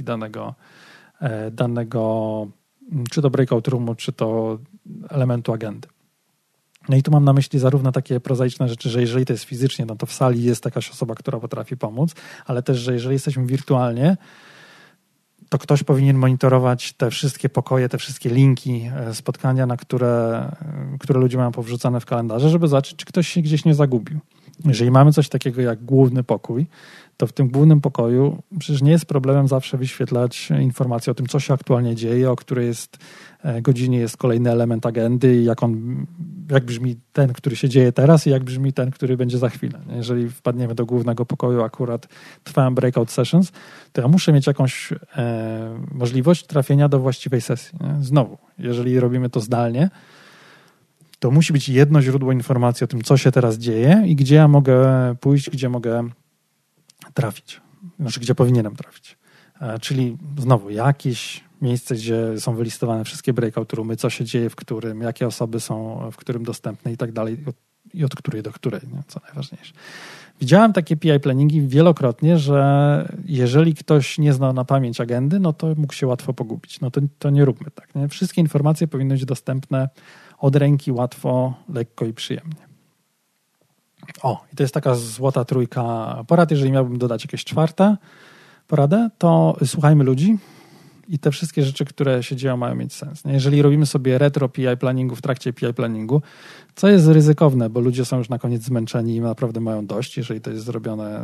danego czy to breakout roomu, czy to elementu agendy. No i tu mam na myśli zarówno takie prozaiczne rzeczy, że jeżeli to jest fizycznie, no to w sali jest jakaś osoba, która potrafi pomóc, ale też, że jeżeli jesteśmy wirtualnie, to ktoś powinien monitorować te wszystkie pokoje, te wszystkie linki, spotkania, na które ludzie mają powrzucane w kalendarze, żeby zobaczyć, czy ktoś się gdzieś nie zagubił. Jeżeli mamy coś takiego jak główny pokój, to w tym głównym pokoju przecież nie jest problemem zawsze wyświetlać informacje o tym, co się aktualnie dzieje, o której godzinie jest kolejny element agendy i jak brzmi ten, który się dzieje teraz i jak brzmi ten, który będzie za chwilę. Jeżeli wpadniemy do głównego pokoju, akurat trwają breakout sessions, to ja muszę mieć jakąś możliwość trafienia do właściwej sesji. Nie? Znowu, jeżeli robimy to zdalnie, to musi być jedno źródło informacji o tym, co się teraz dzieje i gdzie ja mogę pójść, gdzie mogę trafić. Znaczy, gdzie powinienem trafić. Czyli znowu jakieś miejsce, gdzie są wylistowane wszystkie breakout roomy, co się dzieje w którym, jakie osoby są w którym dostępne i tak dalej. i od której do której, nie? Co najważniejsze. Widziałem takie PI planningi wielokrotnie, że jeżeli ktoś nie zna na pamięć agendy, no to mógł się łatwo pogubić. No to nie róbmy tak. Nie? Wszystkie informacje powinny być dostępne od ręki, łatwo, lekko i przyjemnie. I to jest taka złota trójka porad. Jeżeli miałbym dodać jakieś czwarte poradę, to słuchajmy ludzi i te wszystkie rzeczy, które się dzieją, mają mieć sens. Nie? Jeżeli robimy sobie retro PI planningu w trakcie PI planningu, co jest ryzykowne, bo ludzie są już na koniec zmęczeni i naprawdę mają dość, jeżeli to jest zrobione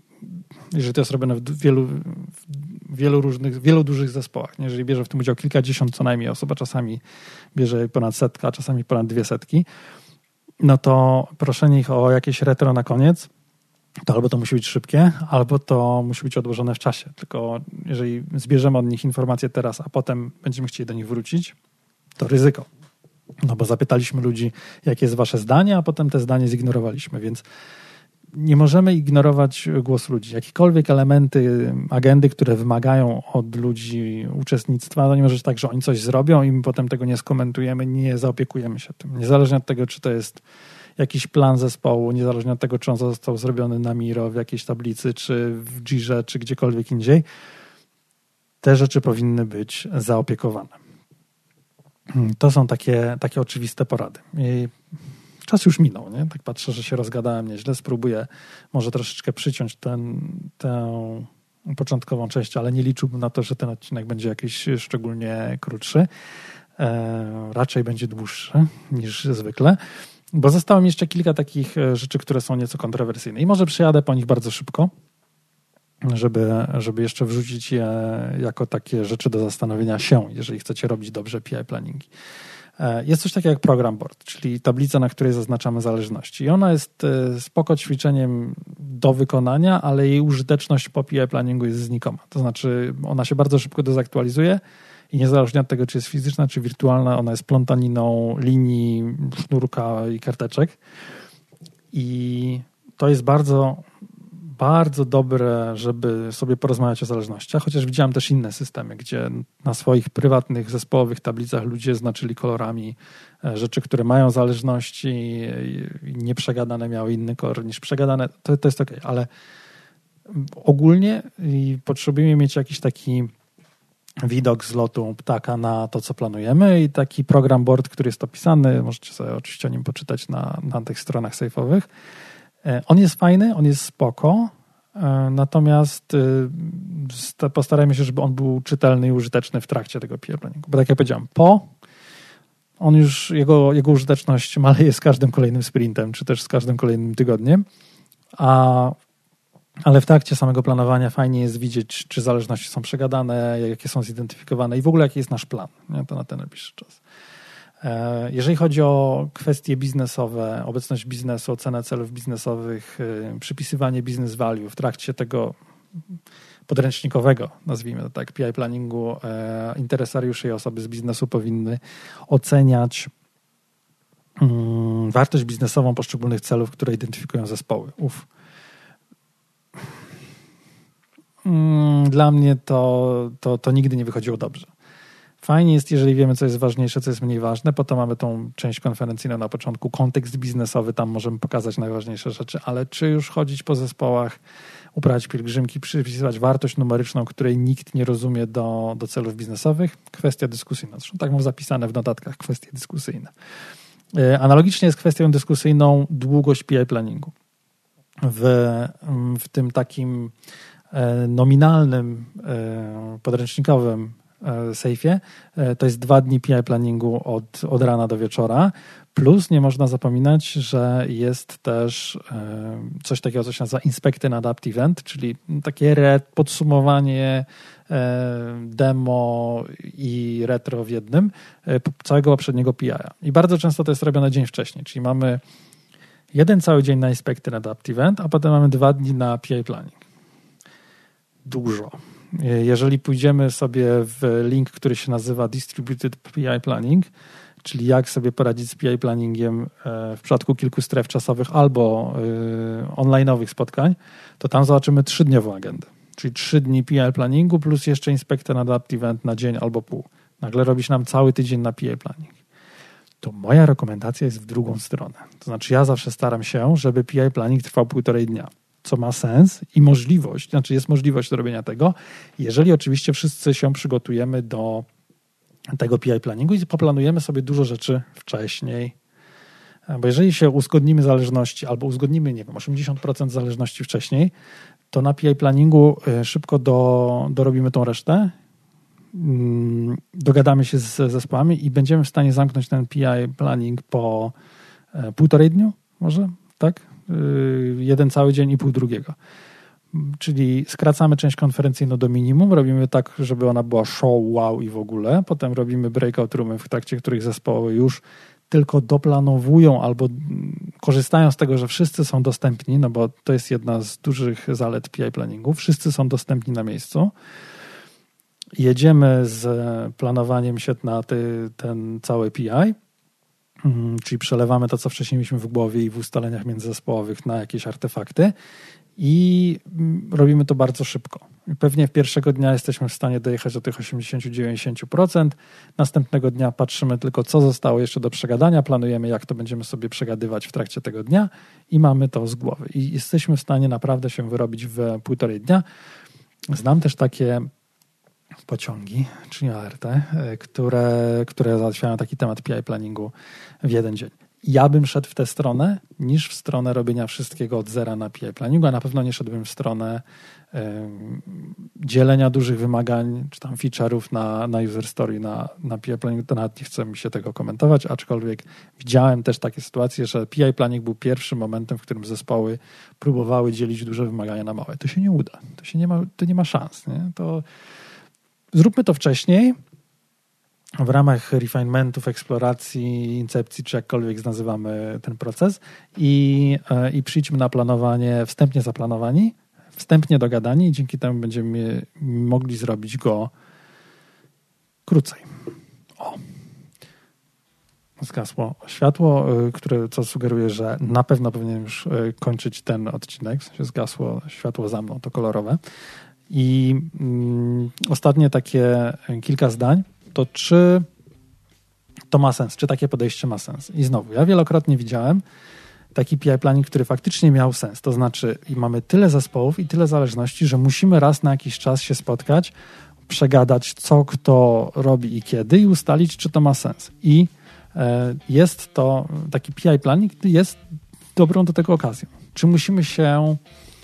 w wielu dużych zespołach. Nie? Jeżeli bierze w tym udział kilkadziesiąt co najmniej osób, a czasami bierze ponad 100, a czasami ponad 200, no to proszenie ich o jakieś retro na koniec, to albo to musi być szybkie, albo to musi być odłożone w czasie. Tylko jeżeli zbierzemy od nich informacje teraz, a potem będziemy chcieli do nich wrócić, to ryzyko. No bo zapytaliśmy ludzi, jakie jest wasze zdanie, a potem te zdanie zignorowaliśmy, więc nie możemy ignorować głosu ludzi. Jakiekolwiek elementy agendy, które wymagają od ludzi uczestnictwa, to nie może być tak, że oni coś zrobią i my potem tego nie skomentujemy, nie zaopiekujemy się tym. Niezależnie od tego, czy to jest jakiś plan zespołu, niezależnie od tego, czy on został zrobiony na Miro, w jakiejś tablicy, czy w Jirze, czy gdziekolwiek indziej, te rzeczy powinny być zaopiekowane. To są takie oczywiste porady. I czas już minął, nie? Tak patrzę, że się rozgadałem nieźle. Spróbuję może troszeczkę przyciąć tę początkową część, ale nie liczyłbym na to, że ten odcinek będzie jakiś szczególnie krótszy. Raczej będzie dłuższy niż zwykle. Bo zostało mi jeszcze kilka takich rzeczy, które są nieco kontrowersyjne. I może przejadę po nich bardzo szybko, żeby jeszcze wrzucić je jako takie rzeczy do zastanowienia się, jeżeli chcecie robić dobrze PI planningi. Jest coś takiego jak program board, czyli tablica, na której zaznaczamy zależności. I ona jest spoko ćwiczeniem do wykonania, ale jej użyteczność po PI planningu jest znikoma. To znaczy ona się bardzo szybko dezaktualizuje i niezależnie od tego, czy jest fizyczna, czy wirtualna, ona jest plątaniną linii, sznurka i karteczek. I to jest bardzo, bardzo dobre, żeby sobie porozmawiać o zależnościach, chociaż widziałem też inne systemy, gdzie na swoich prywatnych, zespołowych tablicach ludzie znaczyli kolorami rzeczy, które mają zależności i nieprzegadane miały inny kolor niż przegadane. To jest okej, ale ogólnie potrzebujemy mieć jakiś taki widok z lotu ptaka na to, co planujemy i taki program board, który jest opisany, możecie sobie oczywiście o nim poczytać na tych stronach sejfowych. On jest fajny, on jest spoko, natomiast postarajmy się, żeby on był czytelny i użyteczny w trakcie tego PI planningu. Bo tak jak powiedziałem, on już, jego użyteczność maleje z każdym kolejnym sprintem, czy też z każdym kolejnym tygodniem, ale w trakcie samego planowania fajnie jest widzieć, czy zależności są przegadane, jakie są zidentyfikowane i w ogóle jaki jest nasz plan. Nie? To na ten najbliższy czas. Jeżeli chodzi o kwestie biznesowe, obecność biznesu, ocenę celów biznesowych, przypisywanie business value w trakcie tego podręcznikowego, nazwijmy to tak, PI planningu, interesariusze i osoby z biznesu powinny oceniać wartość biznesową poszczególnych celów, które identyfikują zespoły. Dla mnie to nigdy nie wychodziło dobrze. Fajnie jest, jeżeli wiemy, co jest ważniejsze, co jest mniej ważne. Potem mamy tą część konferencyjną na początku, kontekst biznesowy, tam możemy pokazać najważniejsze rzeczy, ale czy już chodzić po zespołach, uprawiać pielgrzymki, przypisywać wartość numeryczną, której nikt nie rozumie do celów biznesowych? Kwestia dyskusyjna. Zresztą tak mam zapisane w notatkach, kwestie dyskusyjne. Analogicznie jest kwestią dyskusyjną długość PI planningu. W tym takim nominalnym, podręcznikowym sejfie to jest 2 dni PI planningu od rana do wieczora, plus nie można zapominać, że jest też coś takiego, co się nazywa Inspected Adapt Event, czyli takie podsumowanie demo i retro w jednym całego poprzedniego PI-a. I bardzo często to jest robione dzień wcześniej, czyli mamy jeden cały dzień na Inspected Adapt Event, a potem mamy 2 dni na PI planning. Dużo. Jeżeli pójdziemy sobie w link, który się nazywa Distributed PI Planning, czyli jak sobie poradzić z PI planningiem w przypadku kilku stref czasowych albo online'owych spotkań, to tam zobaczymy 3-dniową agendę. Czyli 3 dni PI planningu plus jeszcze Inspected Adapt Event na dzień albo pół. Nagle robi się nam cały tydzień na PI planning. to moja rekomendacja jest w drugą stronę. To znaczy ja zawsze staram się, żeby PI planning trwał 1,5 dnia, co ma sens i możliwość, znaczy jest możliwość do robienia tego, jeżeli oczywiście wszyscy się przygotujemy do tego PI planningu i poplanujemy sobie dużo rzeczy wcześniej. Bo jeżeli się uzgodnimy zależności, albo uzgodnimy, nie wiem, 80% zależności wcześniej, to na PI planningu szybko dorobimy tą resztę, dogadamy się z zespołami i będziemy w stanie zamknąć ten PI planning po 1,5 dniu, może, tak? Jeden cały dzień i pół drugiego. Czyli skracamy część konferencyjną do minimum, robimy tak, żeby ona była show, wow i w ogóle. Potem robimy breakout roomy, w trakcie których zespoły już tylko doplanowują albo korzystają z tego, że wszyscy są dostępni, no bo to jest jedna z dużych zalet PI planningu. Wszyscy są dostępni na miejscu. Jedziemy z planowaniem się na ten cały PI, czyli przelewamy to, co wcześniej mieliśmy w głowie i w ustaleniach międzyzespołowych na jakieś artefakty i robimy to bardzo szybko. Pewnie pierwszego dnia jesteśmy w stanie dojechać do tych 80-90%. Następnego dnia patrzymy tylko, co zostało jeszcze do przegadania, planujemy, jak to będziemy sobie przegadywać w trakcie tego dnia i mamy to z głowy. I jesteśmy w stanie naprawdę się wyrobić w 1,5 dnia. Znam też takie pociągi, czyli ART, które załatwiają taki temat PI planningu w jeden dzień. Ja bym szedł w tę stronę, niż w stronę robienia wszystkiego od zera na PI planningu, a na pewno nie szedłbym w stronę dzielenia dużych wymagań, czy tam feature'ów na user story, na PI planningu, to nawet nie chcę mi się tego komentować, aczkolwiek widziałem też takie sytuacje, że PI planning był pierwszym momentem, w którym zespoły próbowały dzielić duże wymagania na małe. To się nie uda, to nie ma szans. Nie? To zróbmy to wcześniej, w ramach refinementów, eksploracji, incepcji, czy jakkolwiek nazywamy ten proces i przyjdźmy na planowanie wstępnie zaplanowani, wstępnie dogadani i dzięki temu będziemy mogli zrobić go krócej. Zgasło światło, co sugeruje, że na pewno powinienem już kończyć ten odcinek. W sensie zgasło światło za mną, to kolorowe. I ostatnie takie kilka zdań, to czy to ma sens, czy takie podejście ma sens. I znowu, ja wielokrotnie widziałem taki PI planning, który faktycznie miał sens. To znaczy, i mamy tyle zespołów i tyle zależności, że musimy raz na jakiś czas się spotkać, przegadać, co kto robi i kiedy i ustalić, czy to ma sens. I jest to, taki PI planning jest dobrą do tego okazją. Czy musimy się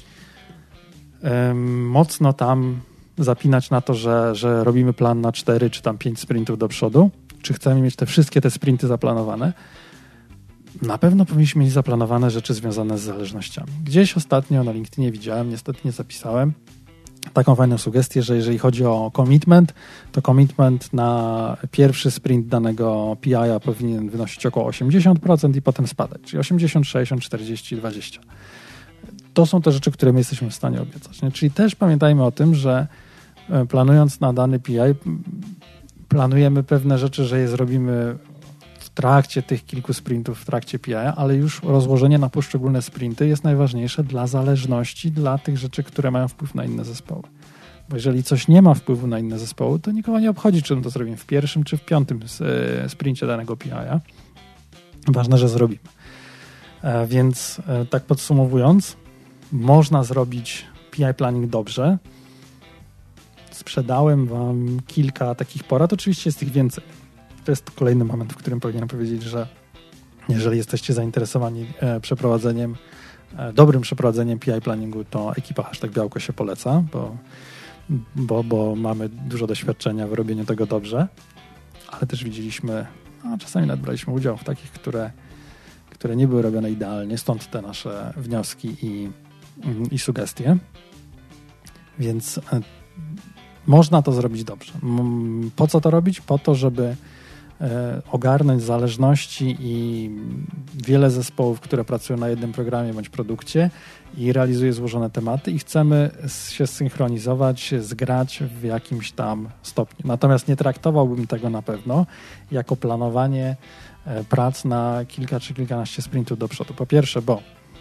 mocno tam zapinać na to, że robimy plan na 4 czy tam 5 sprintów do przodu? Czy chcemy mieć wszystkie te sprinty zaplanowane? Na pewno powinniśmy mieć zaplanowane rzeczy związane z zależnościami. Gdzieś ostatnio na LinkedInie widziałem, niestety nie zapisałem, taką fajną sugestię, że jeżeli chodzi o commitment, to commitment na pierwszy sprint danego PI-a powinien wynosić około 80% i potem spadać, czyli 80, 60, 40, 20. To są te rzeczy, które my jesteśmy w stanie obiecać. Nie? Czyli też pamiętajmy o tym, że planując na dany PI, planujemy pewne rzeczy, że je zrobimy w trakcie tych kilku sprintów, w trakcie PI, ale już rozłożenie na poszczególne sprinty jest najważniejsze dla zależności, dla tych rzeczy, które mają wpływ na inne zespoły. Bo jeżeli coś nie ma wpływu na inne zespoły, to nikogo nie obchodzi, czy to zrobimy w pierwszym, czy w 5. sprincie danego PI-a. Ważne, że zrobimy. Więc tak podsumowując, można zrobić PI planning dobrze. Sprzedałem wam kilka takich porad, oczywiście jest ich więcej. To jest kolejny moment, w którym powinienem powiedzieć, że jeżeli jesteście zainteresowani dobrym przeprowadzeniem PI planningu, to ekipa #Białko się poleca, bo mamy dużo doświadczenia w robieniu tego dobrze, ale też widzieliśmy, a czasami nawet braliśmy udział w takich, które nie były robione idealnie, stąd te nasze wnioski i sugestie. Więc można to zrobić dobrze. Po co to robić? Po to, żeby ogarnąć zależności i wiele zespołów, które pracują na jednym programie bądź produkcie i realizuje złożone tematy i chcemy się zsynchronizować, zgrać w jakimś tam stopniu. Natomiast nie traktowałbym tego na pewno jako planowanie prac na kilka czy kilkanaście sprintów do przodu. Po pierwsze, bo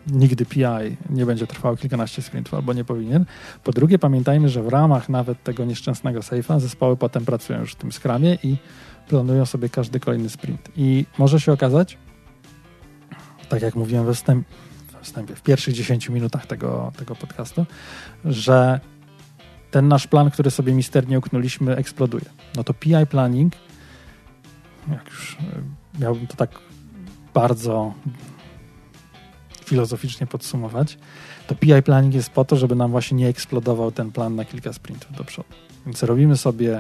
nigdy PI nie będzie trwało kilkanaście sprintów, albo nie powinien. Po drugie, pamiętajmy, że w ramach nawet tego nieszczęsnego safe'a zespoły potem pracują już w tym Scrumie i planują sobie każdy kolejny sprint. I może się okazać, tak jak mówiłem we wstępie, w pierwszych 10 minutach tego podcastu, że ten nasz plan, który sobie misternie uknuliśmy, eksploduje. No to PI planning, jak już miałbym to tak bardzo filozoficznie podsumować, to PI planning jest po to, żeby nam właśnie nie eksplodował ten plan na kilka sprintów do przodu. Więc robimy sobie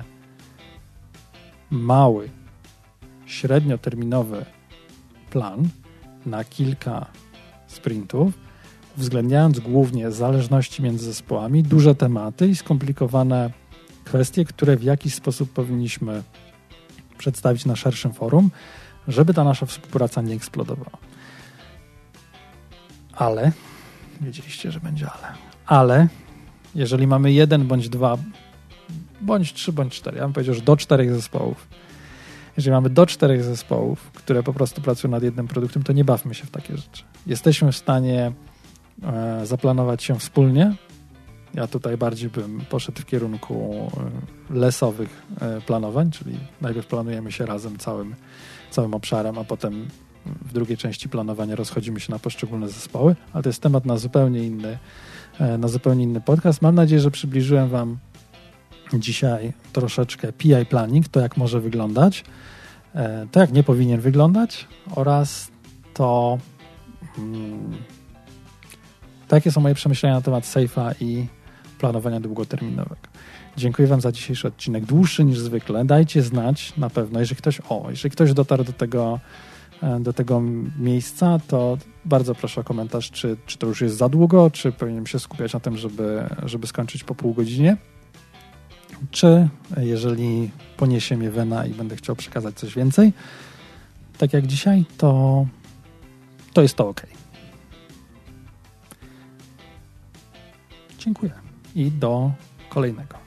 mały, średnioterminowy plan na kilka sprintów, uwzględniając głównie zależności między zespołami, duże tematy i skomplikowane kwestie, które w jakiś sposób powinniśmy przedstawić na szerszym forum, żeby ta nasza współpraca nie eksplodowała. Ale, wiedzieliście, że będzie ale, jeżeli mamy 1 bądź 2, bądź 3, bądź 4, ja bym powiedział, że do 4 zespołów, jeżeli mamy do 4 zespołów, które po prostu pracują nad jednym produktem, to nie bawmy się w takie rzeczy. Jesteśmy w stanie zaplanować się wspólnie. Ja tutaj bardziej bym poszedł w kierunku lesowych planowań, czyli najpierw planujemy się razem całym obszarem, a potem w drugiej części planowania rozchodzimy się na poszczególne zespoły, ale to jest temat na zupełnie inny podcast. Mam nadzieję, że przybliżyłem Wam dzisiaj troszeczkę PI planning, to jak może wyglądać, to jak nie powinien wyglądać oraz to jakie są moje przemyślenia na temat safe'a i planowania długoterminowego. Dziękuję Wam za dzisiejszy odcinek, dłuższy niż zwykle. Dajcie znać na pewno, jeżeli ktoś dotarł do tego miejsca, to bardzo proszę o komentarz, czy to już jest za długo, czy powinienem się skupiać na tym, żeby skończyć po pół godzinie, czy jeżeli poniesie mnie wena i będę chciał przekazać coś więcej, tak jak dzisiaj, to jest to ok. Dziękuję i do kolejnego.